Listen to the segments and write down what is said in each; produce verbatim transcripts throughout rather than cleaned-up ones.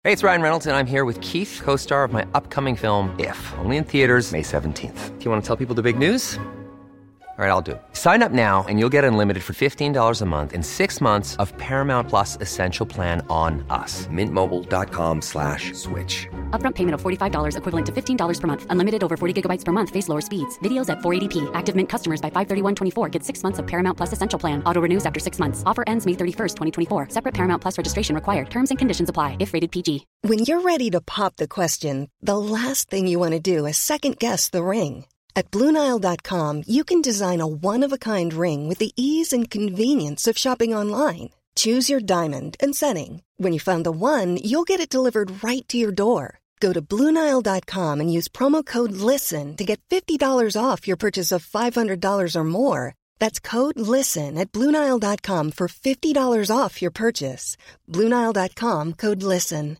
Hey, it's Ryan Reynolds, and I'm here with Keith, co-star of my upcoming film, If, only in theaters May seventeenth. Do you want to tell people the big news? All right, I'll do it. Sign up now and you'll get unlimited for fifteen dollars a month and six months of Paramount Plus Essential Plan on us. Mint Mobile dot com slash switch. Upfront payment of forty-five dollars equivalent to fifteen dollars per month. Unlimited over forty gigabytes per month. Face lower speeds. Videos at four eighty p. Active Mint customers by five thirty-one twenty-four get six months of Paramount Plus Essential Plan. Auto renews after six months. Offer ends May thirty-first, twenty twenty-four. Separate Paramount Plus registration required. Terms and conditions apply if rated P G. When you're ready to pop the question, the last thing you want to do is second-guess the ring. At Blue Nile dot com, you can design a one-of-a-kind ring with the ease and convenience of shopping online. Choose your diamond and setting. When you find the one, you'll get it delivered right to your door. Go to Blue Nile dot com and use promo code LISTEN to get fifty dollars off your purchase of five hundred dollars or more. That's code LISTEN at Blue Nile dot com for fifty dollars off your purchase. Blue Nile dot com, code LISTEN.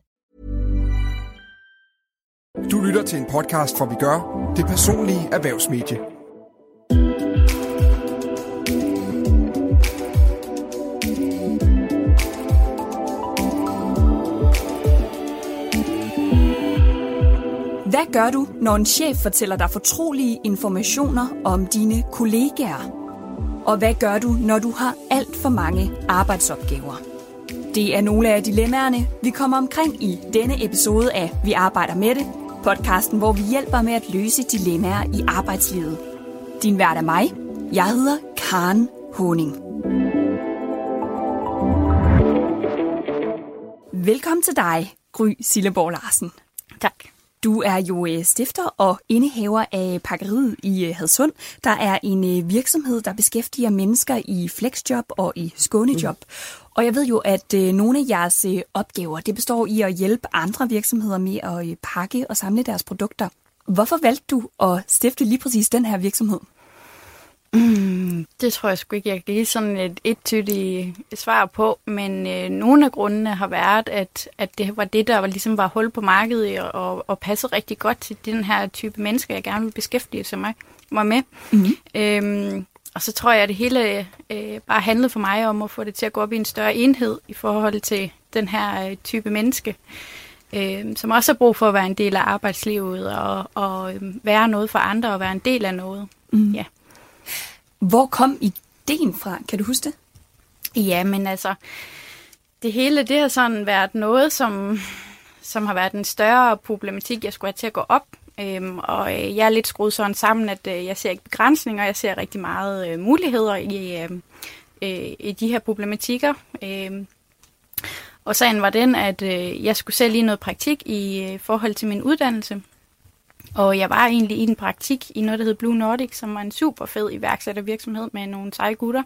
Du lytter til en podcast fra Vi Gør, det personlige erhvervsmedie. Hvad gør du, når en chef fortæller dig fortrolige informationer om dine kollegaer? Og hvad gør du, når du har alt for mange arbejdsopgaver? Det er nogle af dilemmaerne, vi kommer omkring i denne episode af Vi arbejder med det, podcasten, hvor vi hjælper med at løse dilemmaer i arbejdslivet. Din vært er mig. Jeg hedder Karen Håning. Velkommen til dig, Gry Silleborg Larsen. Tak. Du er jo stifter og indehaver af pakkeriet i Hadsund. Der er en virksomhed, der beskæftiger mennesker i flexjob og i skånejob. Mm. Og jeg ved jo, at nogle af jeres opgaver, det består i at hjælpe andre virksomheder med at pakke og samle deres produkter. Hvorfor valgte du at stifte lige præcis den her virksomhed? Mm, det tror jeg sgu ikke, jeg kan give sådan et ettydigt svar på, men øh, nogle af grundene har været, at, at det var det, der var, ligesom var hul på markedet og, og passede rigtig godt til den her type mennesker, jeg gerne vil beskæftige sig mig, mig med. Mm-hmm. Øhm, og så tror jeg, at det hele øh, bare handlede for mig om at få det til at gå op i en større enhed i forhold til den her øh, type menneske, øh, som også har brug for at være en del af arbejdslivet og, og øh, være noget for andre og være en del af noget. Mm. Ja. Hvor kom ideen fra? Kan du huske det? Ja, men altså, det hele det har sådan været noget, som, som har været en større problematik, jeg skulle have til at gå op. Øhm, og jeg er lidt skruet sådan sammen, at øh, jeg ser ikke begrænsninger, jeg ser rigtig meget øh, muligheder i, øh, øh, i de her problematikker. Øhm, og sagen var den, at øh, jeg skulle selv i noget praktik i øh, forhold til min uddannelse. Og jeg var egentlig i en praktik i noget, der hed Blue Nordic, som var en super fed iværksættervirksomhed med nogle seje gutter.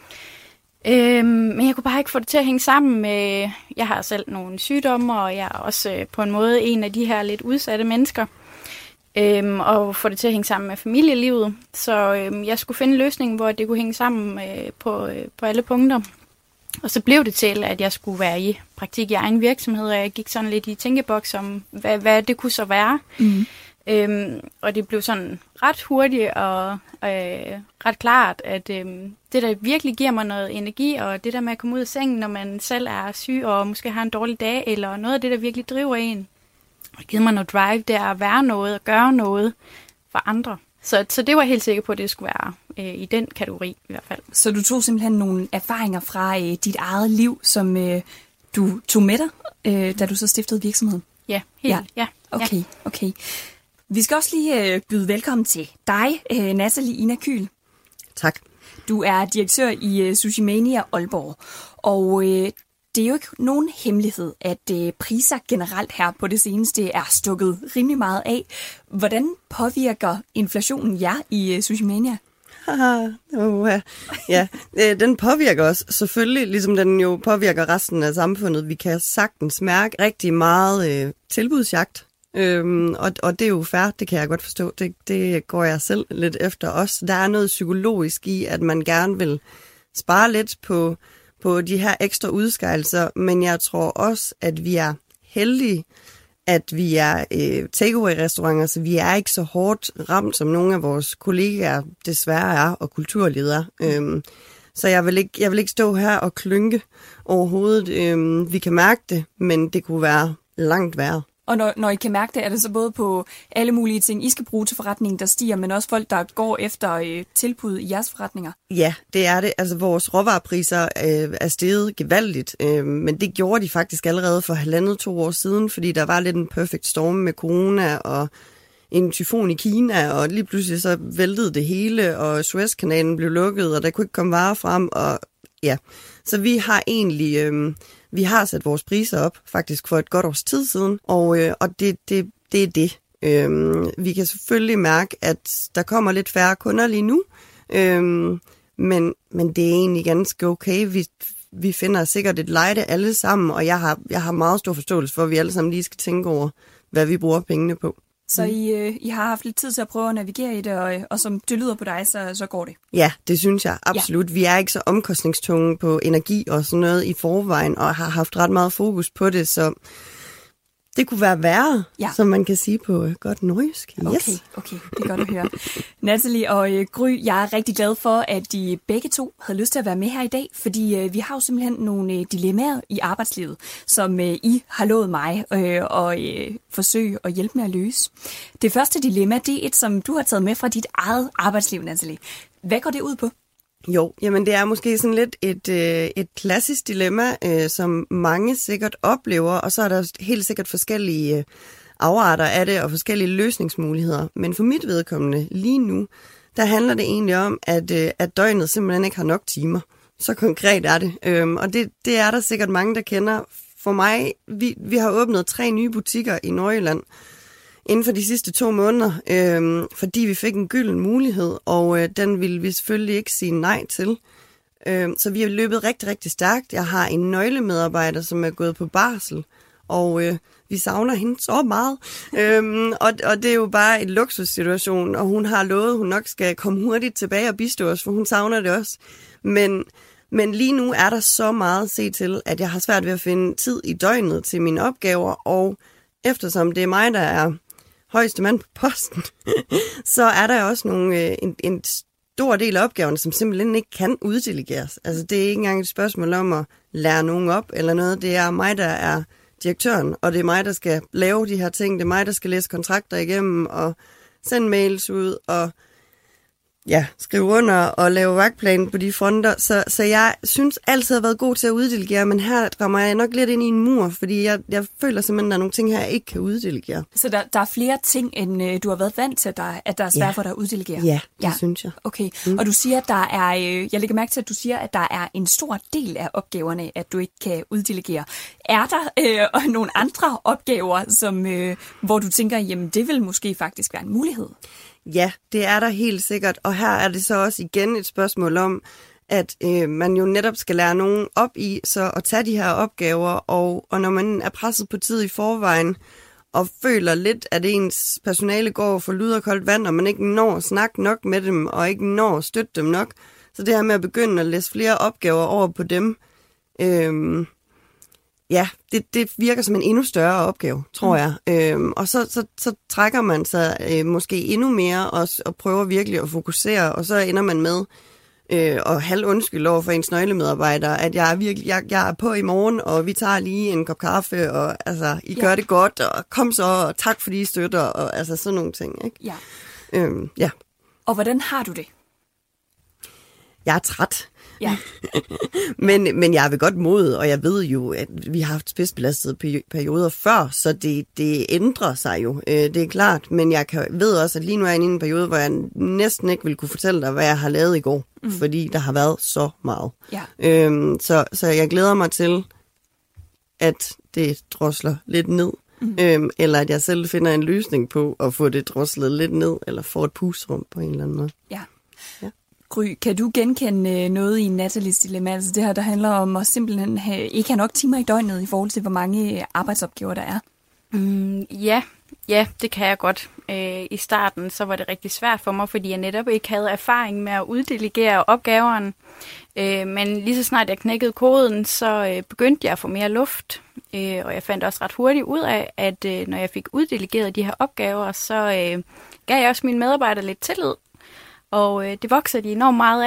Øhm, men jeg kunne bare ikke få det til at hænge sammen med, jeg har selv nogle sygdomme, og jeg er også øh, på en måde en af de her lidt udsatte mennesker. Øhm, og få det til at hænge sammen med familielivet. Så øhm, jeg skulle finde en løsning, hvor det kunne hænge sammen øh, på, øh, på alle punkter. Og så blev det til, at jeg skulle være i praktik i egen virksomhed, og jeg gik sådan lidt i tænkeboks om, hvad, hvad det kunne så være. Mm. Øhm, og det blev sådan ret hurtigt og øh, ret klart, at øh, det der virkelig giver mig noget energi, og det der med at komme ud af sengen, når man selv er syg og måske har en dårlig dag, eller noget af det, der virkelig driver en, og giver mig noget drive, det er at være noget og gøre noget for andre. Så, så det var jeg helt sikker på, at det skulle være øh, i den kategori i hvert fald. Så du tog simpelthen nogle erfaringer fra øh, dit eget liv, som øh, du tog med dig, øh, da du så stiftede virksomheden? Ja, helt. Ja. Ja. Okay, okay. Vi skal også lige øh, byde velkommen til dig, øh, Nathalie Ina Kyhl. Tak. Du er direktør i øh, Sushi Mania Aalborg, og øh, det er jo ikke nogen hemmelighed, at øh, priser generelt her på det seneste er stukket rimelig meget af. Hvordan påvirker inflationen jer i øh, Sushi Mania? uh, ja, øh, den påvirker os selvfølgelig, ligesom den jo påvirker resten af samfundet. Vi kan sagtens mærke rigtig meget øh, tilbudsjagt. Øhm, og, og det er jo fair, det kan jeg godt forstå. Det, det går jeg selv lidt efter også. Der er noget psykologisk i, at man gerne vil spare lidt på, på de her ekstra udskejelser, men jeg tror også, at vi er heldige, at vi er øh, takeaway-restauranter, så vi er ikke så hårdt ramt, som nogle af vores kollegaer desværre er, og kulturledere. Mm. Øhm, så jeg vil, ikke, jeg vil ikke stå her og klynke overhovedet. Øhm, vi kan mærke det, men det kunne være langt værre. Og når, når I kan mærke det, er det så både på alle mulige ting, I skal bruge til forretningen, der stiger, men også folk, der går efter øh, tilbud i jeres forretninger? Ja, det er det. Altså, vores råvarepriser øh, er steget gevaldigt, øh, men det gjorde de faktisk allerede for halvandet to år siden, fordi der var lidt en perfect storm med corona og en tyfon i Kina, og lige pludselig så væltede det hele, og Suezkanalen blev lukket, og der kunne ikke komme varer frem, og ja. Så vi har egentlig... Øh, Vi har sat vores priser op, faktisk for et godt års tid siden, og, øh, og det, det, det er det. Øhm, vi kan selvfølgelig mærke, at der kommer lidt færre kunder lige nu, øhm, men, men det er egentlig ganske okay. Vi, vi finder sikkert et lejde alle sammen, og jeg har, jeg har meget stor forståelse for, at vi alle sammen lige skal tænke over, hvad vi bruger pengene på. Så I, øh, I har haft lidt tid til at prøve at navigere i det, og, og som det lyder på dig, så, så går det? Ja, det synes jeg absolut. Ja. Vi er ikke så omkostningstunge på energi og sådan noget i forvejen, og har haft ret meget fokus på det, så det kunne være værre, ja. Som man kan sige på godt nordjysk. Yes. Okay, okay, det er godt at høre. Natalie og øh, Gry, jeg er rigtig glad for, at de begge to havde lyst til at være med her i dag, fordi øh, vi har jo simpelthen nogle øh, dilemmaer i arbejdslivet, som øh, I har lovet mig øh, at øh, forsøge at hjælpe med at løse. Det første dilemma, det er et, som du har taget med fra dit eget arbejdsliv, Natalie. Hvad går det ud på? Jo, jamen det er måske sådan lidt et, øh, et klassisk dilemma, øh, som mange sikkert oplever, og så er der helt sikkert forskellige øh, afarter af det og forskellige løsningsmuligheder. Men for mit vedkommende lige nu, der handler det egentlig om, at, øh, at døgnet simpelthen ikke har nok timer. Så konkret er det. Øhm, og det, det er der sikkert mange, der kender. For mig, vi, vi har åbnet tre nye butikker i Nordjylland inden for de sidste to måneder, øh, fordi vi fik en gylden mulighed, og øh, den ville vi selvfølgelig ikke sige nej til. Øh, så vi har løbet rigtig, rigtig stærkt. Jeg har en nøglemedarbejder, som er gået på barsel, og øh, vi savner hende så meget. øh, og, og det er jo bare en luksussituation, og hun har lovet, at hun nok skal komme hurtigt tilbage og bistå os, for hun savner det også. Men, men lige nu er der så meget at se til, at jeg har svært ved at finde tid i døgnet til mine opgaver, og eftersom det er mig, der er højeste mand på posten, så er der også nogle, en, en stor del af opgaverne, som simpelthen ikke kan uddelegeres. Altså, det er ikke engang et spørgsmål om at lære nogen op eller noget. Det er mig, der er direktøren, og det er mig, der skal lave de her ting. Det er mig, der skal læse kontrakter igennem og sende mails ud og ja, skrive under og lave vagtplan på de fronter. Så, så jeg synes altid har været god til at uddelegere, men her rammer jeg nok lidt ind i en mur, fordi jeg, jeg føler simpelthen, at der er nogle ting her, jeg ikke kan uddelegere. Så der, der er flere ting, end øh, du har været vant til, der, at der er svært ja. for dig at uddelegere? Ja, det ja. synes jeg. Okay, mm. og du siger, at der er, øh, jeg lægger mærke til, at du siger, at der er en stor del af opgaverne, at du ikke kan uddelegere. Er der øh, nogle andre opgaver, som, øh, hvor du tænker, jamen det vil måske faktisk være en mulighed? Ja, det er der helt sikkert, og her er det så også igen et spørgsmål om, at øh, man jo netop skal lære nogen op i så at tage de her opgaver, og, og når man er presset på tid i forvejen, og føler lidt, at ens personale går for lud og koldt vand, og man ikke når at snakke nok med dem, og ikke når at støtte dem nok, så det her med at begynde at læse flere opgaver over på dem, øh, ja, det, det virker som en endnu større opgave, tror jeg. Mm. Øhm, og så, så, så trækker man sig øh, måske endnu mere og, og prøver virkelig at fokusere, og så ender man med øh, at halve undskyld over for ens nøglemedarbejdere, at jeg er, virkelig, jeg, jeg er på i morgen, og vi tager lige en kop kaffe, og altså, I ja. gør det godt, og kom så, og tak fordi I støtter, og altså sådan nogle ting, ikke? Ja. Øhm, ja. Og hvordan har du det? Jeg er træt. Ja. men, men jeg er ved godt mod, og jeg ved jo, at vi har haft spidsbelastede perioder før, så det, det ændrer sig jo, øh, det er klart. Men jeg kan, ved også, at lige nu er jeg inde i en periode, hvor jeg næsten ikke vil kunne fortælle dig, hvad jeg har lavet i går, mm. fordi der har været så meget. Ja. Øhm, så, så jeg glæder mig til, at det drosler lidt ned, mm. øhm, eller at jeg selv finder en løsning på at få det droslet lidt ned, eller få et pusterum på en eller anden måde. Ja. Ja. Gry, kan du genkende noget i Natalies dilemma? Altså det her, der handler om at simpelthen have, ikke have nok timer i døgnet i forhold til, hvor mange arbejdsopgaver der er? Mm, ja. ja, det kan jeg godt. Øh, I starten så var det rigtig svært for mig, fordi jeg netop ikke havde erfaring med at uddelegere opgaverne. Øh, men lige så snart jeg knækkede koden, så øh, begyndte jeg at få mere luft. Øh, og jeg fandt også ret hurtigt ud af, at øh, når jeg fik uddelegeret de her opgaver, så øh, gav jeg også mine medarbejdere lidt tillid. Og øh, det vokser de enormt meget af.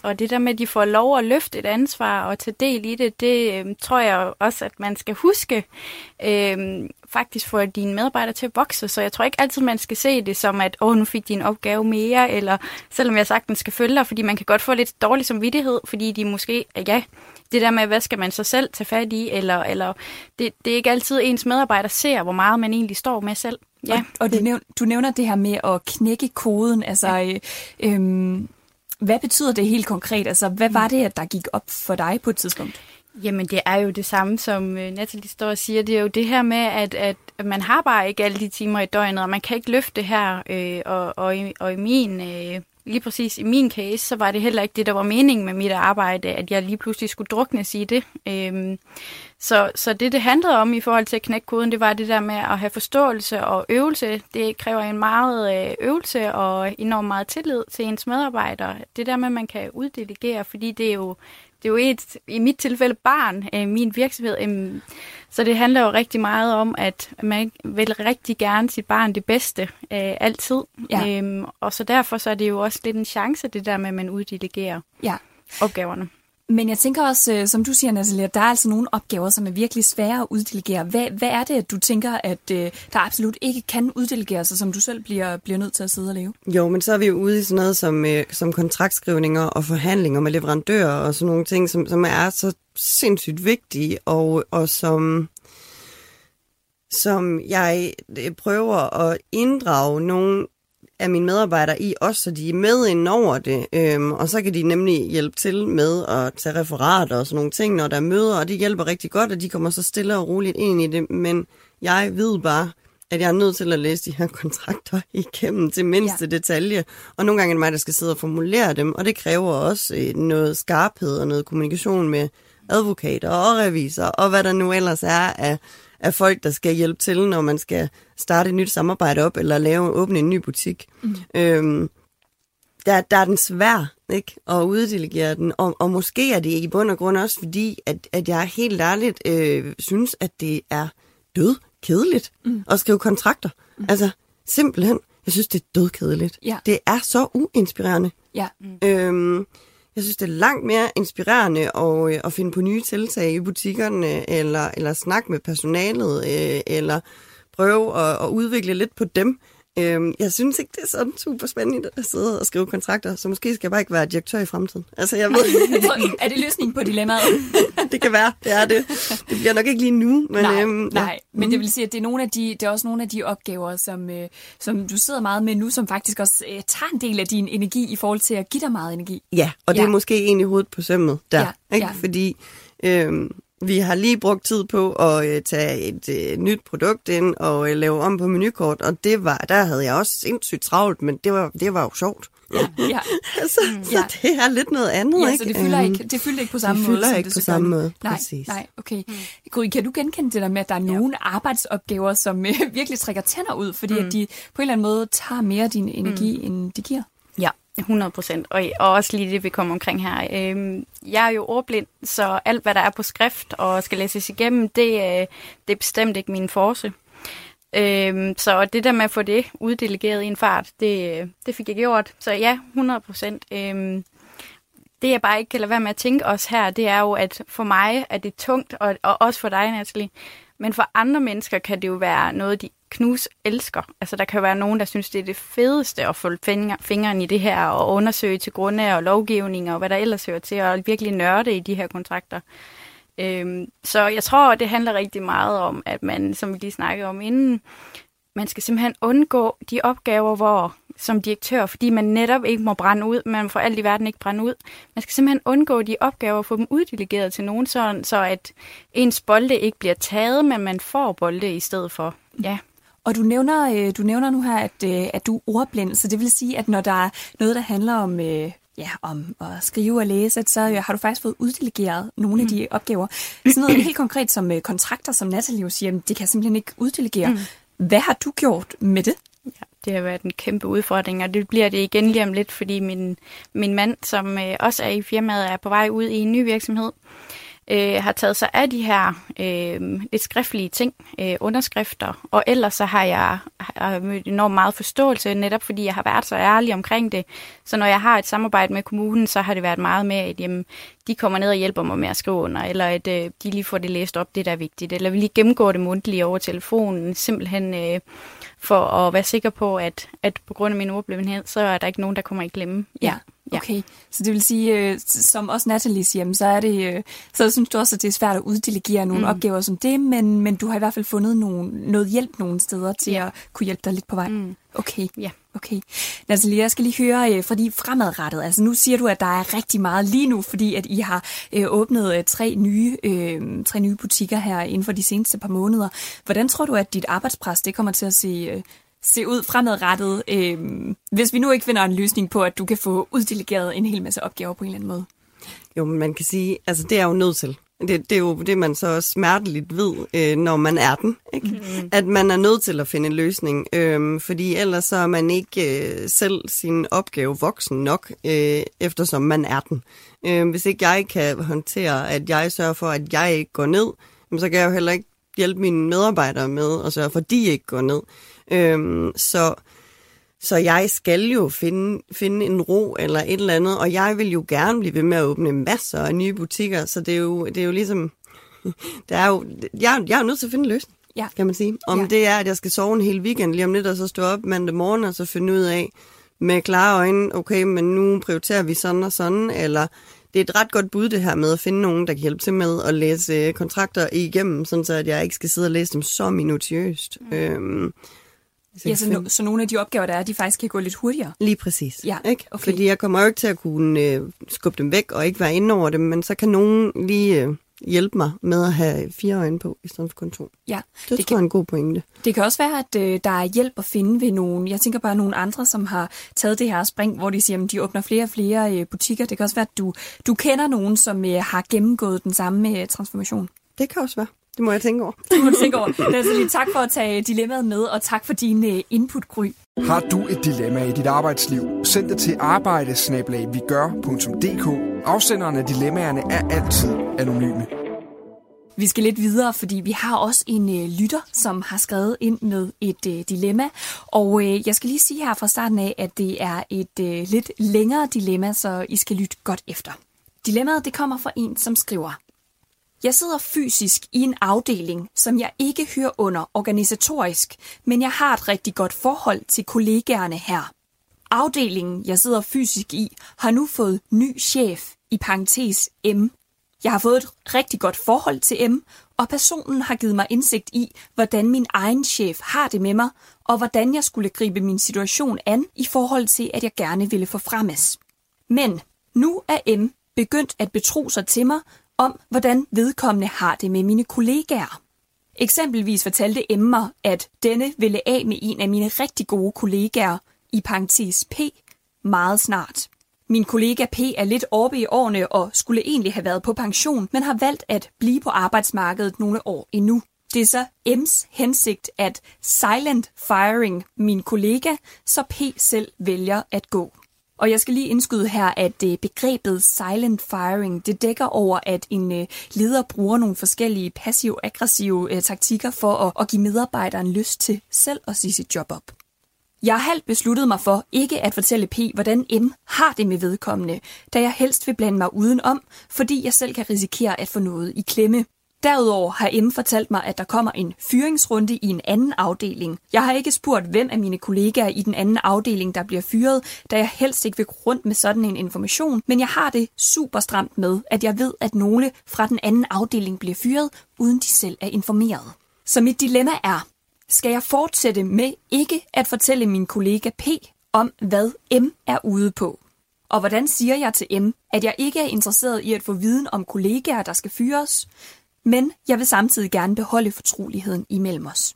og det der med, at de får lov at løfte et ansvar og tage del i det, det øh, tror jeg også, at man skal huske. Øh, faktisk få dine medarbejdere til at vokse, så jeg tror ikke altid, man skal se det som, at åh, nu fik de en opgave mere, eller selvom jeg sagtens skal følge dig, fordi man kan godt få lidt dårlig samvittighed, fordi de måske, ja, det der med, hvad skal man så selv tage fat i, eller, eller det, det er ikke altid ens medarbejder ser, hvor meget man egentlig står med selv. Ja. Og, og du, nævner, du nævner det her med at knække koden, altså ja. øh, øh, hvad betyder det helt konkret? Altså, hvad var det, at der gik op for dig på et tidspunkt? Jamen, det er jo det samme, som øh, Natalie står og siger. Det er jo det her med, at, at man har bare ikke alle de timer i døgnet, og man kan ikke løfte det her. Øh, og, og, i, og i min, øh, lige præcis i min case, så var det heller ikke det, der var meningen med mit arbejde, at jeg lige pludselig skulle druknes i det. Øh, så, så det, det handlede om i forhold til at knække koden, det var det der med at have forståelse og øvelse. Det kræver en meget øh, øvelse og enormt meget tillid til ens medarbejdere. Det der med, at man kan uddelegere, fordi det er jo Det er jo et, i mit tilfælde barn, øh, min virksomhed. Øh, så det handler jo rigtig meget om, at man vil rigtig gerne sit barn det bedste øh, altid. Ja. Øh, og så derfor så er det jo også lidt en chance, det der med, at man uddelegerer ja. opgaverne. Men jeg tænker også, som du siger, Natalie, at der er altså nogle opgaver, som er virkelig svære at uddelegere. Hvad, hvad er det, at du tænker, at øh, der absolut ikke kan uddelegeres, og som du selv bliver, bliver nødt til at sidde og lave? Jo, men så er vi jo ude i sådan noget som, øh, som kontraktskrivninger og forhandlinger med leverandører og sådan nogle ting, som, som er så sindssygt vigtige, og, og som, som jeg prøver at inddrage nogle af mine medarbejdere i også, så de er med ind over det, øhm, og så kan de nemlig hjælpe til med at tage referater og sådan nogle ting, når der er møder, og det hjælper rigtig godt, og de kommer så stille og roligt ind i det, men jeg ved bare, at jeg er nødt til at læse de her kontrakter igennem til mindste ja. detalje, og nogle gange er det mig, der skal sidde og formulere dem, og det kræver også øh, noget skarphed og noget kommunikation med advokater og revisorer, og hvad der nu ellers er af af folk, der skal hjælpe til, når man skal starte et nyt samarbejde op, eller lave åbne en ny butik. Mm. Øhm, der, der er den svær, ikke? At uddelegere den, og, og måske er det i bund og grund også fordi, at, at jeg helt ærligt øh, synes, at det er død kedeligt mm. at skrive kontrakter. Mm. Altså, simpelthen, jeg synes, det er død kedeligt. Ja. Det er så uinspirerende. Ja. Mm. Øhm, Jeg synes, det er langt mere inspirerende at, at finde på nye tiltag i butikkerne, eller, eller snakke med personalet, eller prøve at, at udvikle lidt på dem. Jeg synes ikke, det er sådan super spændende at sidde og skrive kontrakter, så måske skal jeg bare ikke være direktør i fremtiden. Altså, jeg ved... Er det løsningen på dilemmaet? Det kan være, det er det. Det bliver nok ikke lige nu. Men, nej, øhm, nej. Ja. Men det vil sige, at det er, nogle af de, det er også nogle af de opgaver, som, øh, som du sidder meget med nu, som faktisk også øh, tager en del af din energi i forhold til at give dig meget energi. Ja, og det ja. er måske egentlig hovedet på sømmet der. Ja, ikke? Ja. Fordi... Øhm, vi har lige brugt tid på at øh, tage et øh, nyt produkt ind og øh, lave om på menukort, og det var, der havde jeg også sindssygt travlt, men det var, det var jo sjovt. Ja, ja. altså, mm, så ja. det er lidt noget andet, ja, ikke? Så det fylder ikke, det fylder ikke på samme det måde. Det fylder ikke det på samme måde, nej, præcis. Nej, okay. Mm. Gry, kan du genkende det der med, at der er nogle ja. arbejdsopgaver, som øh, virkelig trækker tænder ud, fordi mm. at de på en eller anden måde tager mere din energi, mm. end de giver? Ja, hundrede procent. Og, og også lige det, vi kommer omkring her. Øhm, jeg er jo ordblind, så alt, hvad der er på skrift og skal læses igennem, det, øh, det er bestemt ikke min force. Øhm, så det der med at få det uddelegeret i en fart, det, det fik jeg gjort. Så ja, hundrede procent. Øhm, det jeg bare ikke kan lade være med at tænke også her, det er jo, at for mig er det tungt, og, og også for dig, Natalie. Men for andre mennesker kan det jo være noget, de knus elsker. Altså der kan være nogen, der synes, det er det fedeste at få fingeren i det her og undersøge til grunde og lovgivning og hvad der ellers hører til og virkelig nørde i de her kontrakter. Øhm, så jeg tror, det handler rigtig meget om, at man, som vi lige snakkede om inden, man skal simpelthen undgå de opgaver, hvor som direktør, fordi man netop ikke må brænde ud, man får alt i verden ikke brænde ud. Man skal simpelthen undgå de opgaver og få dem uddelegeret til nogen, så, så at ens bolde ikke bliver taget, men man får bolde i stedet for. Ja. Og du nævner, du nævner nu her, at, at du er ordblind, så det vil sige, at når der er noget, der handler om, ja, om at skrive og læse, så har du faktisk fået uddelegeret nogle mm. af de opgaver. Sådan noget helt konkret som kontrakter, som Natalie jo siger, det kan jeg simpelthen ikke uddelegere. Mm. Hvad har du gjort med det? Ja, det har været en kæmpe udfordring, og det bliver det igen lige om lidt, fordi min, min mand, som øh, også er i firmaet, er på vej ud i en ny virksomhed. øh, har taget sig af de her øh, lidt skriftlige ting, øh, underskrifter, og ellers så har jeg har mødt enormt meget forståelse, netop fordi jeg har været så ærlig omkring det. Så når jeg har et samarbejde med kommunen, så har det været meget med, at jamen, de kommer ned og hjælper mig med at skrive under, eller at øh, de lige får det læst op, det der er vigtigt, eller vi lige gennemgår det mundtligt over telefonen, simpelthen øh, for at være sikker på, at, at på grund af min ordblindhed, så er der ikke nogen, der kommer i glemme. Ja. Ja. Okay, så det vil sige, øh, som også Natalie siger, så er det, øh, så synes du også, at det er svært at uddelegere nogle mm. opgaver som det, men, men du har i hvert fald fundet nogle, noget hjælp nogle steder til ja. at kunne hjælpe dig lidt på vej. Mm. Okay, ja. Okay. Natalie, jeg skal lige høre, øh, fordi fremadrettet, altså nu siger du, at der er rigtig meget lige nu, fordi at I har øh, åbnet øh, tre, nye, øh, tre nye butikker her inden for de seneste par måneder. Hvordan tror du, at dit arbejdspres, det kommer til at se... Øh, se ud fremadrettet, øh, hvis vi nu ikke finder en løsning på, at du kan få uddelegeret en hel masse opgaver på en eller anden måde? Jo, men man kan sige, altså det er jo nødt til. Det, det er jo det, man så også smerteligt ved, øh, når man er den. Ikke? Mm. At man er nødt til at finde en løsning, øh, fordi ellers så er man ikke øh, selv sin opgave voksen nok, øh, eftersom man er den. Øh, hvis ikke jeg kan håndtere, at jeg sørger for, at jeg ikke går ned, så kan jeg jo heller ikke hjælpe mine medarbejdere med at sørge for, at de ikke går ned. Øhm, så, så jeg skal jo finde, finde en ro eller et eller andet, og jeg vil jo gerne blive ved med at åbne masser af nye butikker, så det er jo, det er jo ligesom, det er jo, jeg, jeg er jo nødt til at finde en løsning, ja. kan man sige. Om ja. det er, at jeg skal sove en hel weekend lige om lidt, og så stå op mandag morgen, og så finde ud af med klare øjne, okay, men nu prioriterer vi sådan og sådan, eller det er et ret godt bud det her med at finde nogen, der kan hjælpe til med at læse kontrakter igennem, sådan så at jeg ikke skal sidde og læse dem så minutiøst. Mm. Øhm, Ja, så, no, så nogle af de opgaver, der er, de faktisk kan gå lidt hurtigere? Lige præcis. Ja, ikke? Okay. Fordi jeg kommer jo ikke til at kunne øh, skubbe dem væk og ikke være inde over dem, men så kan nogen lige øh, hjælpe mig med at have fire øjne på i stedet for kun to. Ja, det, det tror jeg er en god pointe. Det kan også være, at øh, der er hjælp at finde ved nogen. Jeg tænker bare nogle andre, som har taget det her spring, hvor de siger, at de åbner flere og flere øh, butikker. Det kan også være, at du, du kender nogen, som øh, har gennemgået den samme øh, transformation. Det kan også være. Det må jeg tænke over. Det må du tænke over. Natalie, tak for at tage dilemmaet med, og tak for din input, Gry. Har du et dilemma i dit arbejdsliv? Send det til arbejde snabel-a vi gør punktum d k. Afsenderne af dilemmaerne er altid anonyme. Vi skal lidt videre, fordi vi har også en øh, lytter, som har skrevet ind med et øh, dilemma. Og øh, jeg skal lige sige her fra starten af, at det er et øh, lidt længere dilemma, så I skal lytte godt efter. Dilemmaet det kommer fra en, som skriver: Jeg sidder fysisk i en afdeling, som jeg ikke hører under organisatorisk, men jeg har et rigtig godt forhold til kollegaerne her. Afdelingen, jeg sidder fysisk i, har nu fået ny chef, i parentes M. Jeg har fået et rigtig godt forhold til M, og personen har givet mig indsigt i, hvordan min egen chef har det med mig, og hvordan jeg skulle gribe min situation an i forhold til, at jeg gerne ville forfremmes. Men nu er M begyndt at betro sig til mig, om hvordan vedkommende har det med mine kollegaer. Eksempelvis fortalte M mig, at denne ville af med en af mine rigtig gode kollegaer, i parentes P, meget snart. Min kollega P er lidt oppe i årene og skulle egentlig have været på pension, men har valgt at blive på arbejdsmarkedet nogle år endnu. Det er så M's hensigt at silent firing min kollega, så P selv vælger at gå. Og jeg skal lige indskyde her, at begrebet silent firing, det dækker over, at en leder bruger nogle forskellige passiv-aggressive taktikker for at give medarbejderen lyst til selv at sige sit job op. Jeg har halvt besluttet mig for ikke at fortælle P, hvordan M har det med vedkommende, da jeg helst vil blande mig udenom, fordi jeg selv kan risikere at få noget i klemme. Derudover har M fortalt mig, at der kommer en fyringsrunde i en anden afdeling. Jeg har ikke spurgt, hvem af mine kollegaer i den anden afdeling, der bliver fyret, da jeg helst ikke vil gå rundt med sådan en information, men jeg har det super stramt med, at jeg ved, at nogle fra den anden afdeling bliver fyret, uden de selv er informeret. Så mit dilemma er: skal jeg fortsætte med ikke at fortælle min kollega P om, hvad M er ude på? Og hvordan siger jeg til M, at jeg ikke er interesseret i at få viden om kollegaer, der skal fyres, men jeg vil samtidig gerne beholde fortroligheden imellem os?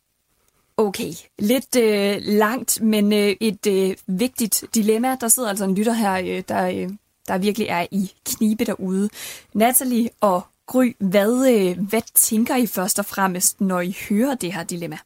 Okay, lidt øh, langt, men øh, et øh, vigtigt dilemma. Der sidder altså en lytter her, øh, der, øh, der virkelig er i knibe derude. Natalie og Gry, hvad, øh, hvad tænker I først og fremmest, når I hører det her dilemma?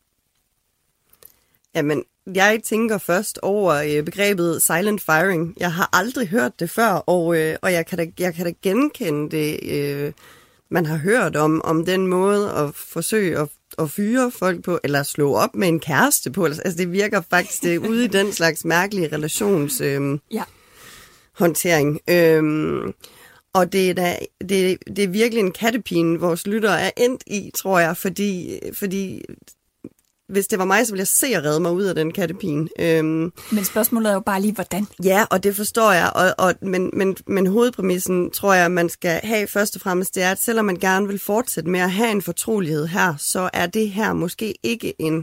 Jamen, jeg tænker først over øh, begrebet silent firing. Jeg har aldrig hørt det før, og, øh, og jeg, kan da, jeg kan da genkende det øh, man har hørt om, om den måde at forsøge at, at fyre folk på, eller slå op med en kæreste på. Altså, det virker faktisk det, ude i den slags mærkelige relations øh, ja. håndtering. Øh, og det er, da, det, det er virkelig en kattepine, vores lyttere er endt i, tror jeg, fordi... fordi hvis det var mig, så ville jeg se at redde mig ud af den kattepine. Øhm, men spørgsmålet er jo bare lige, hvordan? Ja, og det forstår jeg. Og, og, men, men, men hovedpræmissen, tror jeg, man skal have først og fremmest, det er, at selvom man gerne vil fortsætte med at have en fortrolighed her, så er det her måske ikke en,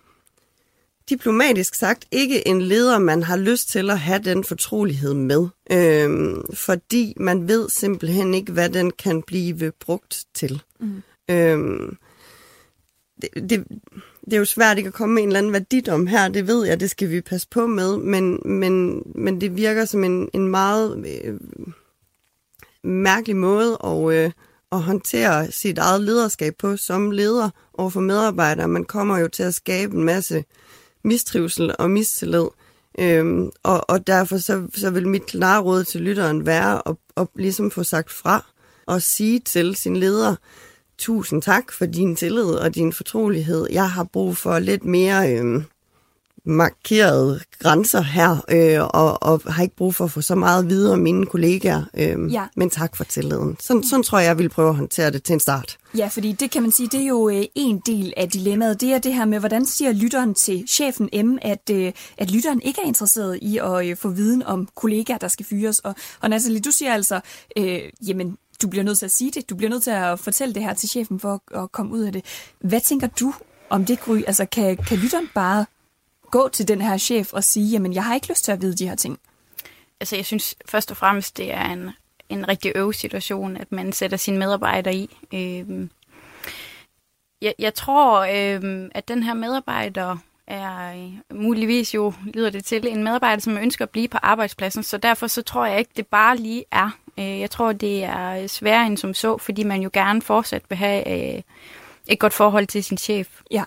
diplomatisk sagt, ikke en leder, man har lyst til at have den fortrolighed med. Øhm, fordi man ved simpelthen ikke, hvad den kan blive brugt til. Mm. Øhm, det... det Det er jo svært ikke at komme med en eller anden værdidom her, det ved jeg, det skal vi passe på med, men, men, men det virker som en, en meget øh, mærkelig måde at, øh, at håndtere sit eget lederskab på som leder overfor medarbejdere. Man kommer jo til at skabe en masse mistrivsel og mistillid, øh, og, og derfor så, så vil mit klare råd til lytteren være at, at ligesom få sagt fra og sige til sin leder, tusind tak for din tillid og din fortrolighed. Jeg har brug for lidt mere øh, markerede grænser her, øh, og, og har ikke brug for at få så meget videre om mine kollegaer. Øh, ja. Men tak for tilliden. Sådan, sådan tror jeg, jeg vil prøve at håndtere det til en start. Ja, fordi det kan man sige, det er jo øh, en del af dilemmaet. Det er det her med, hvordan siger lytteren til chefen M, at, øh, at lytteren ikke er interesseret i at øh, få viden om kollegaer, der skal fyres. Og, og Natalie, du siger altså, øh, jamen, du bliver nødt til at sige det. Du bliver nødt til at fortælle det her til chefen for at, at komme ud af det. Hvad tænker du om det, Gry? Altså, kan, kan lytteren bare gå til den her chef og sige, jamen, jeg har ikke lyst til at vide de her ting? Altså, jeg synes først og fremmest, det er en, en rigtig øvesituation, at man sætter sine medarbejdere i. Øhm, jeg, jeg tror, øhm, at den her medarbejder er muligvis jo, lyder det til, en medarbejder, som ønsker at blive på arbejdspladsen, så derfor så tror jeg ikke, det bare lige er. Jeg tror, det er sværere end som så, fordi man jo gerne fortsat vil have øh, et godt forhold til sin chef. Ja.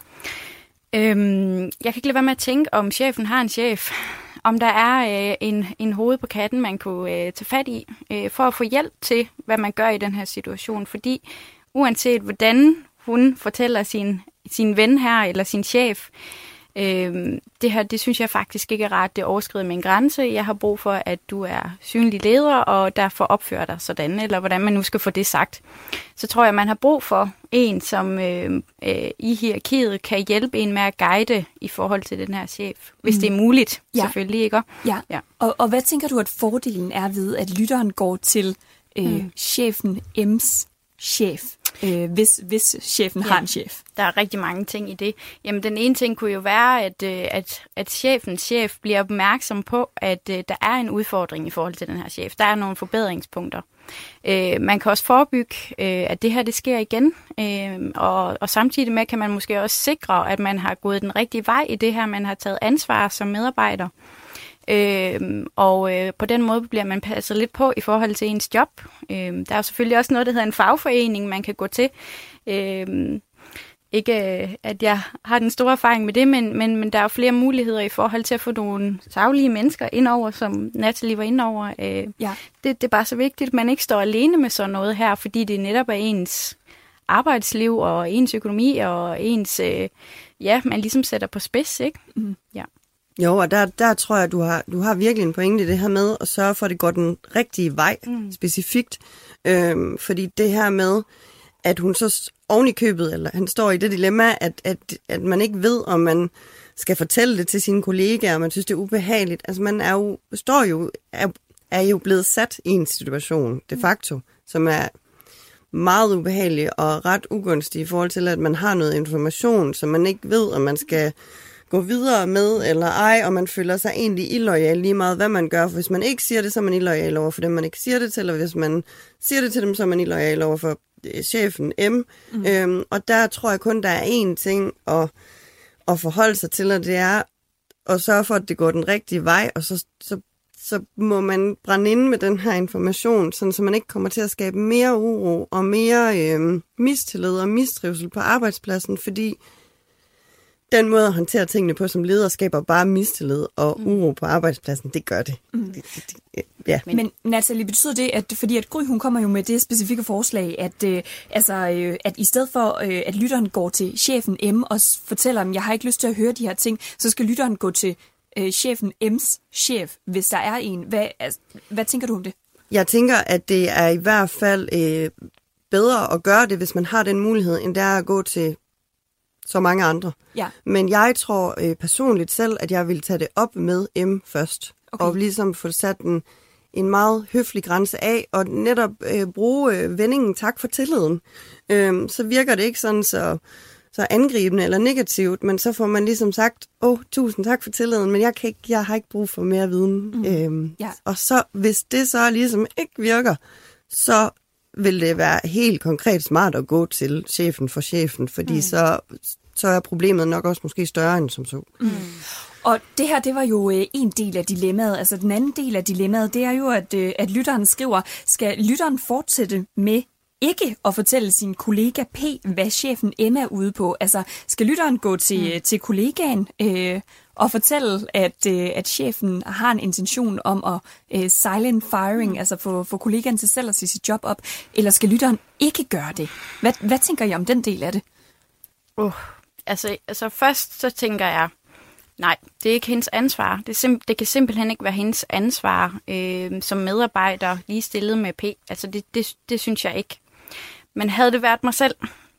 Øhm, jeg kan ikke lade være med at tænke, om chefen har en chef, om der er øh, en, en hoved på katten, man kunne øh, tage fat i, øh, for at få hjælp til, hvad man gør i den her situation. Fordi uanset hvordan hun fortæller sin, sin ven her, eller sin chef, Øhm, det her, det synes jeg faktisk ikke er ret. Det overskrider min grænse. Jeg har brug for, at du er synlig leder, og derfor opfører dig sådan, eller hvordan man nu skal få det sagt. Så tror jeg, man har brug for en, som øh, øh, i hierarkiet kan hjælpe en med at guide i forhold til den her chef. Hvis mm. det er muligt, ja. Selvfølgelig, ikke? Ja. Ja. Og, og hvad tænker du, at fordelen er ved, at lytteren går til øh, mm. chefen M's chef? Øh, hvis, hvis chefen ja, har en chef. Der er rigtig mange ting i det. Jamen, den ene ting kunne jo være, at, at, at chefens chef bliver opmærksom på, at uh, der er en udfordring i forhold til den her chef. Der er nogle forbedringspunkter. Uh, man kan også forebygge, uh, at det her det sker igen. Uh, og, og samtidig med kan man måske også sikre, at man har gået den rigtige vej i det her. Man har taget ansvar som medarbejder. Øhm, og øh, på den måde bliver man passet lidt på i forhold til ens job. Øhm, der er jo selvfølgelig også noget, der hedder en fagforening, man kan gå til. Øhm, ikke at jeg har den store erfaring med det, men, men, men der er jo flere muligheder i forhold til at få nogle saglige mennesker indover, som Natalie var indover. Øh, ja. det, det er bare så vigtigt, at man ikke står alene med sådan noget her, fordi det netop er ens arbejdsliv og ens økonomi og ens, øh, ja, man ligesom sætter på spids, ikke? Mm. Ja. Jo, og der, der tror jeg, du har, du har virkelig en pointe i det her med at sørge for, at det går den rigtige vej, mm. specifikt. Øhm, fordi det her med, at hun så oven i købet, eller han står i det dilemma, at, at, at man ikke ved, om man skal fortælle det til sine kollegaer, og man synes, det er ubehageligt. Altså man er jo, står jo, er, er jo blevet sat i en situation, de facto, som er meget ubehagelig og ret ugunstig i forhold til, at man har noget information, som man ikke ved, om man skal gå videre med, eller ej, og man føler sig egentlig illoyal lige meget, hvad man gør. For hvis man ikke siger det, så er man illoyal over for dem, man ikke siger det til, eller hvis man siger det til dem, så er man illoyal over for øh, chefen M. Mm. Øhm, og der tror jeg kun, der er én ting at, at forholde sig til, og det er at sørge for, at det går den rigtige vej, og så, så, så må man brænde inde med den her information, sådan, så man ikke kommer til at skabe mere uro og mere øh, mistillid og mistrivsel på arbejdspladsen, fordi den måde at håndtere tingene på som leder skaber bare mistillid og uro på arbejdspladsen. Det gør det. Mm. det, det, det ja. Men, men Natalie, betyder det, at fordi at Gry, hun kommer jo med det specifikke forslag, at, øh, altså, øh, at i stedet for, øh, at lytteren går til chefen M og fortæller dem, jeg har ikke lyst til at høre de her ting, så skal lytteren gå til øh, chefen M's chef, hvis der er en. Hvad, altså, hvad tænker du om det? Jeg tænker, at det er i hvert fald øh, bedre at gøre det, hvis man har den mulighed, end det er at gå til så mange andre. Ja. Men jeg tror øh, personligt selv, at jeg vil tage det op med M først. Okay. Og ligesom få sat en, en meget høflig grænse af, og netop øh, bruge øh, vendingen tak for tilliden. Øh, så virker det ikke sådan så, så angribende eller negativt, men så får man ligesom sagt, åh, oh, tusind tak for tilliden, men jeg, kan ikke, jeg har ikke brug for mere viden. Mm. Øh, ja. Og så, hvis det så ligesom ikke virker, så vil det være helt konkret smart at gå til chefen for chefen, fordi mm. så, så er problemet nok også måske større end som så. Mm. Og det her, det var jo øh, en del af dilemmaet. Altså den anden del af dilemmaet, det er jo, at, øh, at lytteren skriver, skal lytteren fortsætte med ikke at fortælle sin kollega P, hvad chefen M er ude på? Altså skal lytteren gå til, mm. til kollegaen øh, og fortælle, at, øh, at chefen har en intention om at øh, silent firing, mm. altså få, få kollegaen til selv at sige sit job op, eller skal lytteren ikke gøre det? Hvad, hvad tænker I om den del af det? Uh, altså, altså først så tænker jeg, nej, det er ikke hendes ansvar. Det, sim- det kan simpelthen ikke være hendes ansvar øh, som medarbejder lige stillet med P. Altså det, det, det synes jeg ikke. Men havde det været mig selv,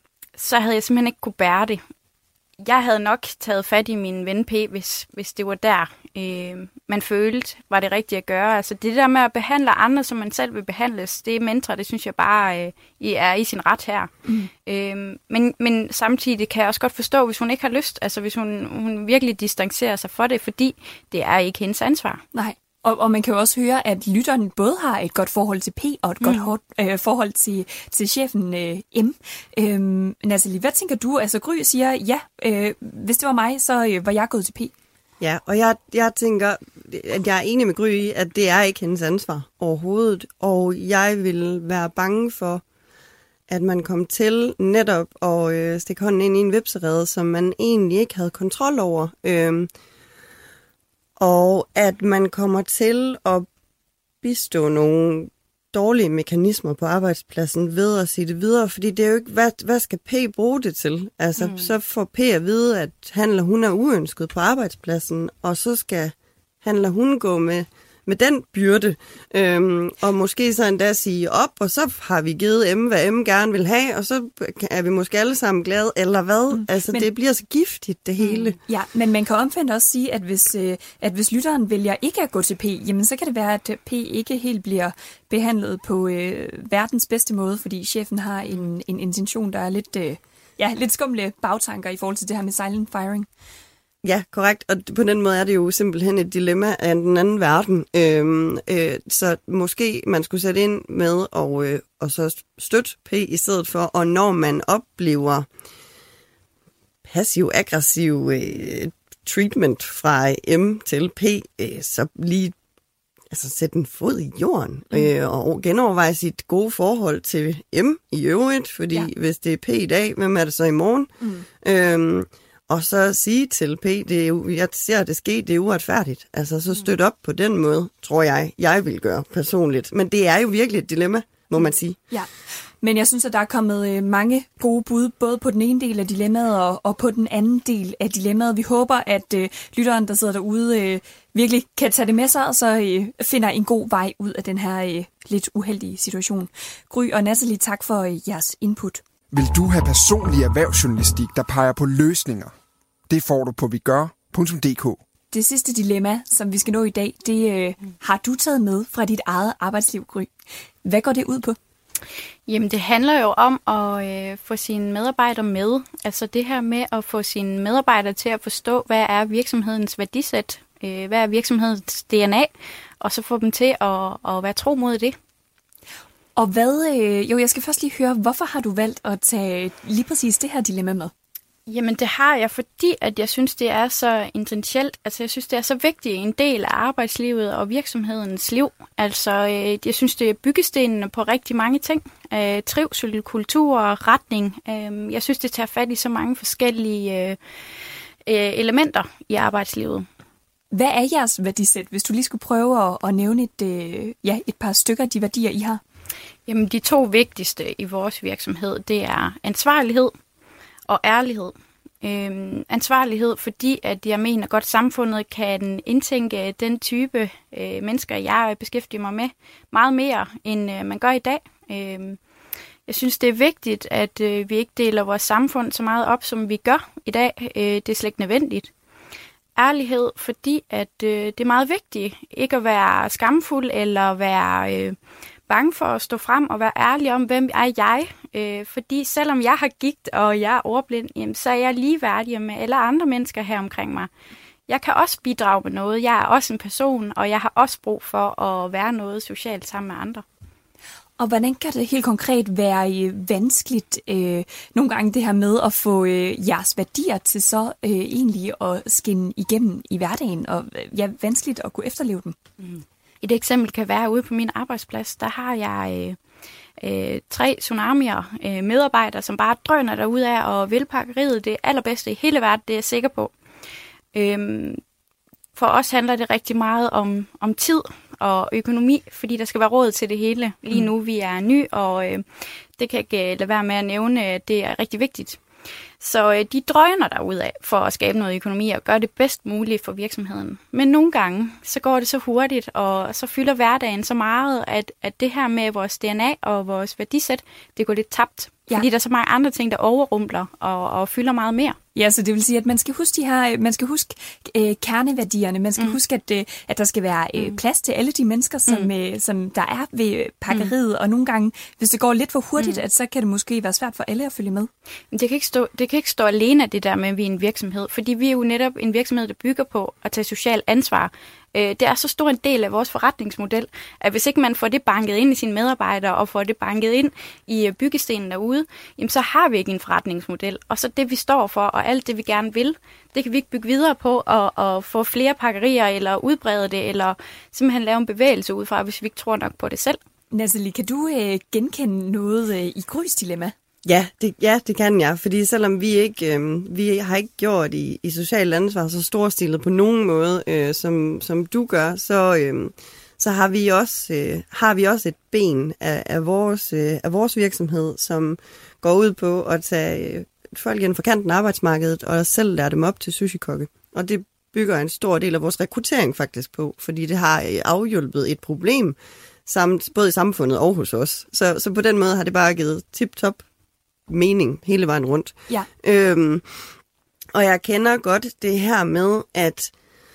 så havde jeg simpelthen ikke kunne bære det. Jeg havde nok taget fat i min ven P, hvis, hvis det var der, øh, man følte, var det rigtigt at gøre. Altså det der med at behandle andre, som man selv vil behandles, det er mentor, det synes jeg bare øh, er i sin ret her. Mm. Øh, men, men samtidig kan jeg også godt forstå, hvis hun ikke har lyst, altså hvis hun, hun virkelig distancerer sig for det, fordi det er ikke hendes ansvar. Nej. Og, og man kan jo også høre, at lytteren både har et godt forhold til P og et mm. godt hårdt, øh, forhold til, til chefen øh, M. Øhm, Natalie, hvad tænker du? Altså Gry siger, ja, øh, hvis det var mig, så øh, var jeg gået til P. Ja, og jeg, jeg tænker, at jeg er enig med Gry i, at det er ikke hendes ansvar overhovedet. Og jeg vil være bange for, at man kom til netop at øh, stikke hånden ind i en vipserede, som man egentlig ikke havde kontrol over. Øh, Og at man kommer til at bistå nogle dårlige mekanismer på arbejdspladsen ved at sige det videre, fordi det er jo ikke, hvad, hvad skal P bruge det til? Altså, mm. så får P at vide, at han eller hun er uønsket på arbejdspladsen, og så skal han eller hun gå med, med den byrde, øhm, og måske så endda sige op, og så har vi givet M, hvad M gerne vil have, og så er vi måske alle sammen glade, eller hvad? Mm, altså, men, det bliver så giftigt, det hele. Mm, ja, men man kan omvendt også sige, at hvis, øh, at hvis lytteren vælger ikke at gå til P, jamen så kan det være, at P ikke helt bliver behandlet på øh, verdens bedste måde, fordi chefen har en, en intention, der er lidt, øh, ja, lidt skumle bagtanker i forhold til det her med silent firing. Ja, korrekt. Og på den måde er det jo simpelthen et dilemma af den anden verden. Øhm, øh, så måske man skulle sætte ind med og, øh, og så støtte P i stedet for, og når man oplever passiv-aggressiv øh, treatment fra M til P, øh, så lige altså, sætte en fod i jorden mm. øh, og genoverveje sit gode forhold til M i øvrigt, fordi ja. Hvis det er P i dag, hvem er det så i morgen? Mm. Øhm, Og så sige til P, det er, jeg ser det ske, det er uretfærdigt. Altså så støt op på den måde, tror jeg, jeg vil gøre personligt. Men det er jo virkelig et dilemma, må man sige. Ja, men jeg synes, at der er kommet mange gode bud, både på den ene del af dilemmaet og, og på den anden del af dilemmaet. Vi håber, at øh, lytteren, der sidder derude, øh, virkelig kan tage det med sig, og så øh, finder en god vej ud af den her øh, lidt uheldige situation. Gry og Natalie, tak for øh, jeres input. Vil du have personlig erhvervsjournalistik, der peger på løsninger? Det får du på vigør punktum d k. Det sidste dilemma, som vi skal nå i dag, det øh, har du taget med fra dit eget arbejdsliv, Gry. Hvad går det ud på? Jamen, det handler jo om at øh, få sine medarbejdere med. Altså det her med at få sine medarbejdere til at forstå, hvad er virksomhedens værdisæt, øh, hvad er virksomhedens D N A, og så få dem til at, at være tro mod det. Og hvad, øh, jo, jeg skal først lige høre, hvorfor har du valgt at tage lige præcis det her dilemma med? Jamen det har jeg, fordi at jeg synes, det er så essentielt. Altså jeg synes, det er så vigtig en del af arbejdslivet og virksomhedens liv. Altså øh, jeg synes, det er byggestenene på rigtig mange ting. Øh, trivsel, kultur, retning. Øh, jeg synes, det tager fat i så mange forskellige øh, elementer i arbejdslivet. Hvad er jeres værdisæt, hvis du lige skulle prøve at, at nævne et, øh, ja, et par stykker af de værdier, I har? Jamen, de to vigtigste i vores virksomhed, det er ansvarlighed og ærlighed. Øhm, ansvarlighed, fordi at jeg mener godt, samfundet kan indtænke den type øh, mennesker, jeg beskæftiger mig med, meget mere, end øh, man gør i dag. Øhm, jeg synes, det er vigtigt, at øh, vi ikke deler vores samfund så meget op, som vi gør i dag. Øh, det er slet ikke nødvendigt. Ærlighed, fordi at øh, det er meget vigtigt ikke at være skamfuld eller være øh, bange for at stå frem og være ærlig om, hvem er jeg. Øh, fordi selvom jeg har gigt, og jeg er ordblind, jamen, så er jeg ligeværdig med alle andre mennesker her omkring mig. Jeg kan også bidrage med noget. Jeg er også en person, og jeg har også brug for at være noget socialt sammen med andre. Og hvordan kan det helt konkret være øh, vanskeligt øh, nogle gange det her med at få øh, jeres værdier til så øh, egentlig at skinne igennem i hverdagen, og øh, ja, vanskeligt at kunne efterleve dem? Mm. Et eksempel kan være ude på min arbejdsplads, der har jeg øh, øh, tre tsunamier øh, medarbejdere, som bare drøner derudad og vil pakkeriet det allerbedste i hele verden, det er jeg sikker på. Øhm, for os handler det rigtig meget om, om tid og økonomi, fordi der skal være råd til det hele. Lige nu vi er ny, og øh, det kan ikke lade være med at nævne, det er rigtig vigtigt. Så øh, de drøner derudad for at skabe noget økonomi og gøre det bedst muligt for virksomheden. Men nogle gange, så går det så hurtigt, og så fylder hverdagen så meget, at, at det her med vores D N A og vores værdisæt, det går lidt tabt. Ja. Fordi der er så mange andre ting, der overrumpler og, og fylder meget mere. Ja, så det vil sige, at man skal huske de her, man skal huske øh, kerneværdierne. Man skal mm. huske, at, øh, at der skal være øh, plads til alle de mennesker, som, mm. øh, som der er ved pakkeriet. Mm. Og nogle gange, hvis det går lidt for hurtigt, mm. at så kan det måske være svært for alle at følge med. Det kan ikke stå, det kan ikke stå alene, det der med, at vi er en virksomhed. Fordi vi er jo netop en virksomhed, der bygger på at tage social ansvar. Det er så stor en del af vores forretningsmodel, at hvis ikke man får det banket ind i sine medarbejdere og får det banket ind i byggestenen derude, jamen så har vi ikke en forretningsmodel. Og så det, vi står for, og alt det, vi gerne vil, det kan vi ikke bygge videre på og, og få flere pakkerier eller udbrede det, eller simpelthen lave en bevægelse ud fra, hvis vi ikke tror nok på det selv. Nathalie, kan du øh, genkende noget øh, i Grys dilemma? Ja det, ja, det kan jeg, fordi selvom vi ikke øh, vi har ikke gjort i, i socialt ansvar så storstilet på nogen måde, øh, som, som du gør, så, øh, så har vi også øh, har vi også et ben af, af, vores, øh, af vores virksomhed, som går ud på at tage øh, folk inden for kanten af arbejdsmarkedet og selv lære dem op til sushi-kokke. Og det bygger en stor del af vores rekruttering faktisk på, fordi det har afhjulpet et problem, samt, både i samfundet og hos os. Så, så på den måde har det bare givet tip-top mening hele vejen rundt. Ja. Øhm, og jeg kender godt det her med, at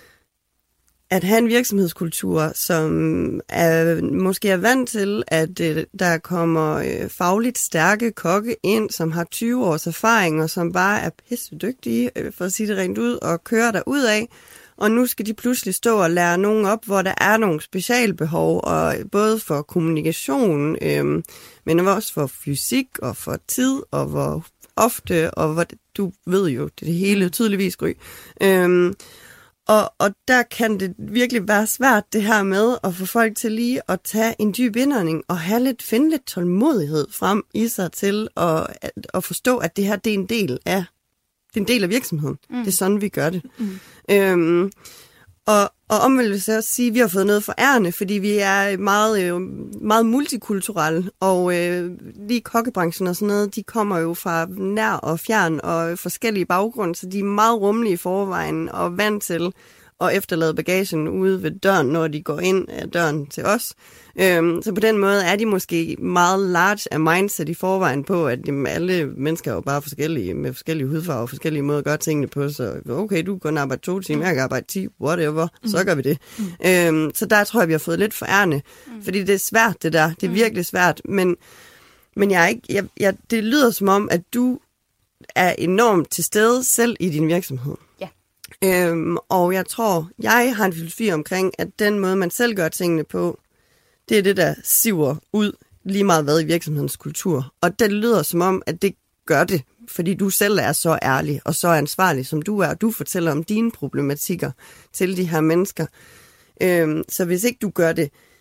at have en virksomhedskultur, som er, måske er vant til, at øh, der kommer øh, fagligt stærke kokke ind, som har tyve års erfaring, og som bare er pissedygtige, øh, for at sige det rent ud, og kører derudad. Og nu skal de pludselig stå og lære nogen op, hvor der er nogle specialbehov, og både for kommunikation, øh, men også for fysik og for tid, og hvor ofte, og hvor du ved jo, det er det hele tydeligvis Gry. Øh, og, og der kan det virkelig være svært, det her med at få folk til lige at tage en dyb indånding og have lidt, finde lidt tålmodighed frem i sig til at, at, at forstå, at det her det er en del af det er en del af virksomheden. Mm. Det er sådan, vi gør det. Mm. Øhm, og, og omvendt vil jeg også sige, at vi har fået noget forærende, fordi vi er meget, øh, meget multikulturelle, og øh, lige kokkebranchen og sådan noget, de kommer jo fra nær og fjern og forskellige baggrunde, så de er meget rummelige i forvejen og vant til at efterlade bagagen ude ved døren, når de går ind af døren til os. Øhm, så på den måde er de måske meget large af mindset i forvejen på, at jamen, alle mennesker er jo bare forskellige, med forskellige hudfarver og forskellige måder at gøre tingene på. Så okay, du kan kun arbejde to timer, jeg kan arbejde ti, whatever, mm. så gør vi det. Mm. Øhm, så der tror jeg, vi har fået lidt forærende, mm. fordi det er svært det der, det er virkelig svært, men, men jeg er ikke, jeg, jeg, det lyder som om, at du er enormt til stede selv i din virksomhed. Ja. Øhm, og jeg tror, jeg har en filosofi omkring, at den måde, man selv gør tingene på, det er det, der siver ud lige meget hvad i virksomhedens kultur. Og det lyder som om, at det gør det, fordi du selv er så ærlig og så ansvarlig, som du er. Og du fortæller om dine problematikker til de her mennesker. Øhm, så hvis ikke du gør det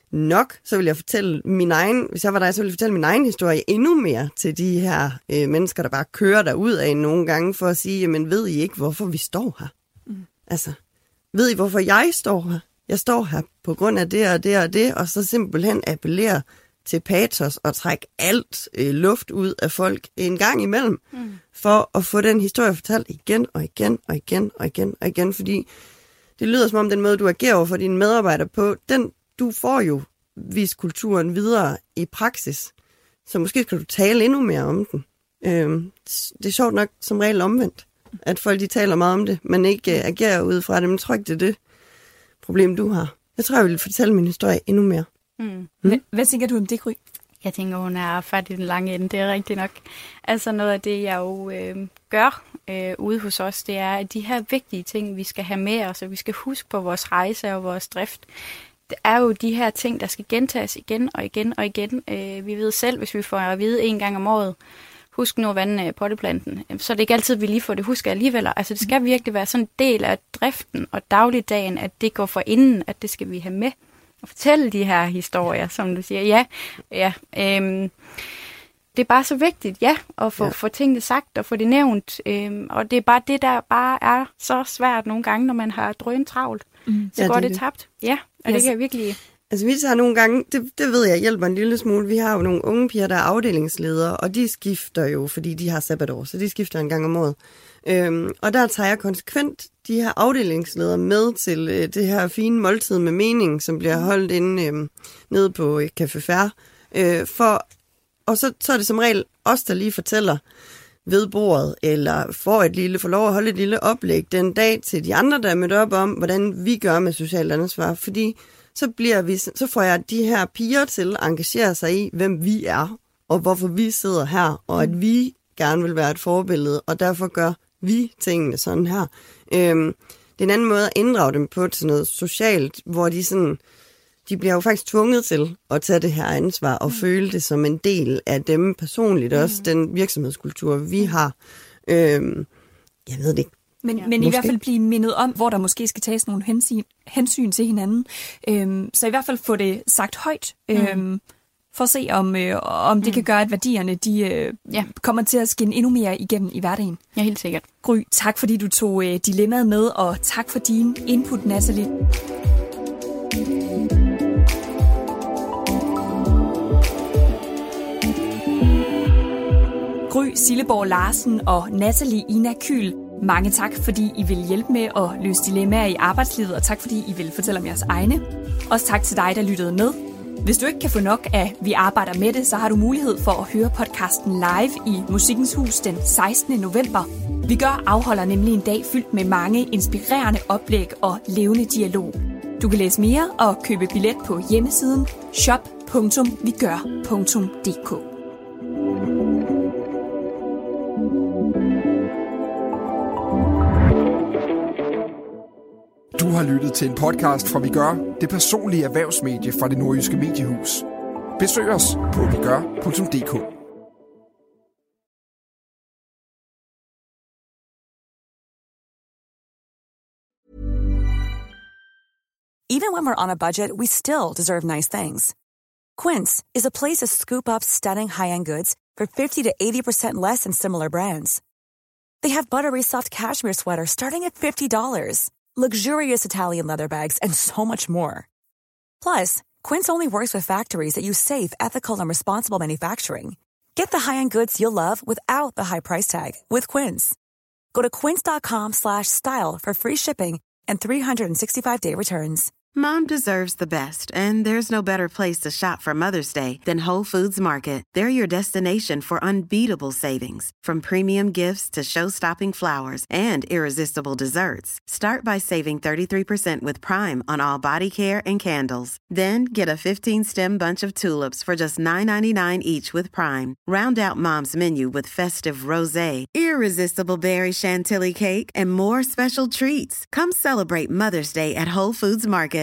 nok, så vil jeg fortælle min egen, hvis jeg var dig, så ville jeg fortælle min egen historie endnu mere til de her øh, mennesker, der bare kører derud af nogle gange for at sige, jamen ved I ikke, hvorfor vi står her? Mm. Altså, ved I, hvorfor jeg står her? Jeg står her på grund af det og det og det, og så simpelthen appellere til patos og trække alt øh, luft ud af folk en gang imellem, mm. for at få den historie fortalt igen og igen og igen og igen og igen, fordi det lyder som om den måde, du agerer over for dine medarbejdere på, den, du får jo vist kulturen videre i praksis, så måske skal du tale endnu mere om den. Øh, det er sjovt nok som regel omvendt, at folk de taler meget om det, men ikke øh, agerer ud fra det, men jeg tror ikke, det er det problem, du har. Jeg tror, jeg vil fortælle min historie endnu mere. Mm. Mm. Hvad tænker du om det, Gry? Jeg tænker, hun er fat i den lange ende. Det er rigtigt nok. Altså noget af det, jeg jo øh, gør øh, ude hos os, det er, at de her vigtige ting, vi skal have med os, og vi skal huske på vores rejse og vores drift, det er jo de her ting, der skal gentages igen og igen og igen. Øh, vi ved selv, hvis vi får at vide en gang om året, husk nu at vande potteplanten, så er det ikke altid, vi lige får det husket alligevel. Altså det skal virkelig være sådan en del af driften og dagligdagen, at det går for inden, at det skal vi have med. Og fortælle de her historier, som du siger. Ja, ja. Øhm, det er bare så vigtigt, ja, at få, ja. få tingene sagt og få det nævnt. Øhm, og det er bare det, der bare er så svært nogle gange, når man har drøn travlt. Mm. Så ja, går det, det tabt. Ja, og yes. det kan jeg virkelig... Altså vi tager nogle gange, det, det ved jeg hjælper en lille smule, vi har jo nogle unge piger, der er afdelingsledere, og de skifter jo, fordi de har sabbatår, så de skifter en gang om året. Øhm, og der tager jeg konsekvent de her afdelingsledere med til øh, det her fine måltid med mening, som bliver holdt inde øh, nede på Café Fair. Øh, for, og så, så er det som regel os, der lige fortæller ved bordet, eller får et lille, får lov at holde et lille oplæg den dag til de andre, der er mødt op om, hvordan vi gør med socialt ansvar. Fordi så, bliver vi, så får jeg de her piger til at engagere sig i, hvem vi er, og hvorfor vi sidder her, og at vi gerne vil være et forbillede, og derfor gør vi tingene sådan her. Øhm, det er en anden måde at inddrage dem på til noget socialt, hvor de sådan, de bliver jo faktisk tvunget til at tage det her ansvar og mm. føle det som en del af dem personligt, mm. også den virksomhedskultur, vi har. Øhm, jeg ved det ikke. Men, ja. men i hvert fald blive mindet om, hvor der måske skal tages nogle hensyn, hensyn til hinanden. Øhm, så i hvert fald få det sagt højt. Mm. Øhm, for at se, om, øh, om det mm. kan gøre, at værdierne de, øh, ja. kommer til at skinne endnu mere igennem i hverdagen. Ja, helt sikkert. Gry, tak fordi du tog øh, dilemmaet med, og tak for din input, Natalie. Gry Silleborg Larsen og Natalie Ina Kyhl, mange tak, fordi I vil hjælpe med at løse dilemmaer i arbejdslivet, og tak, fordi I vil fortælle om jeres egne. Også tak til dig, der lyttede med. Hvis du ikke kan få nok af Vi arbejder med det, så har du mulighed for at høre podcasten live i Musikkens Hus den sekstende november. Vi gør afholder nemlig en dag fyldt med mange inspirerende oplæg og levende dialog. Du kan læse mere og købe billet på hjemmesiden shop punktum vi gør punktum d k. Du har lyttet til en podcast fra Vi Gør, det personlige erhvervsmedie fra Det Nordjyske Mediehus. Besøg os på vi gør punktum d k. Even when we're on a budget, we still deserve nice things. Quince is a place to scoop up stunning high-end goods for fifty to eighty percent less than similar brands. They have buttery soft cashmere sweaters starting at fifty dollars. Luxurious Italian leather bags, and so much more. Plus, Quince only works with factories that use safe, ethical, and responsible manufacturing. Get the high-end goods you'll love without the high price tag with Quince. Go to quince.com slash style for free shipping and three sixty-five day returns. Mom deserves the best, and there's no better place to shop for Mother's Day than Whole Foods Market. They're your destination for unbeatable savings, from premium gifts to show-stopping flowers and irresistible desserts. Start by saving thirty-three percent with Prime on all body care and candles. Then get a fifteen-stem bunch of tulips for just nine ninety-nine each with Prime. Round out Mom's menu with festive rosé, irresistible berry chantilly cake, and more special treats. Come celebrate Mother's Day at Whole Foods Market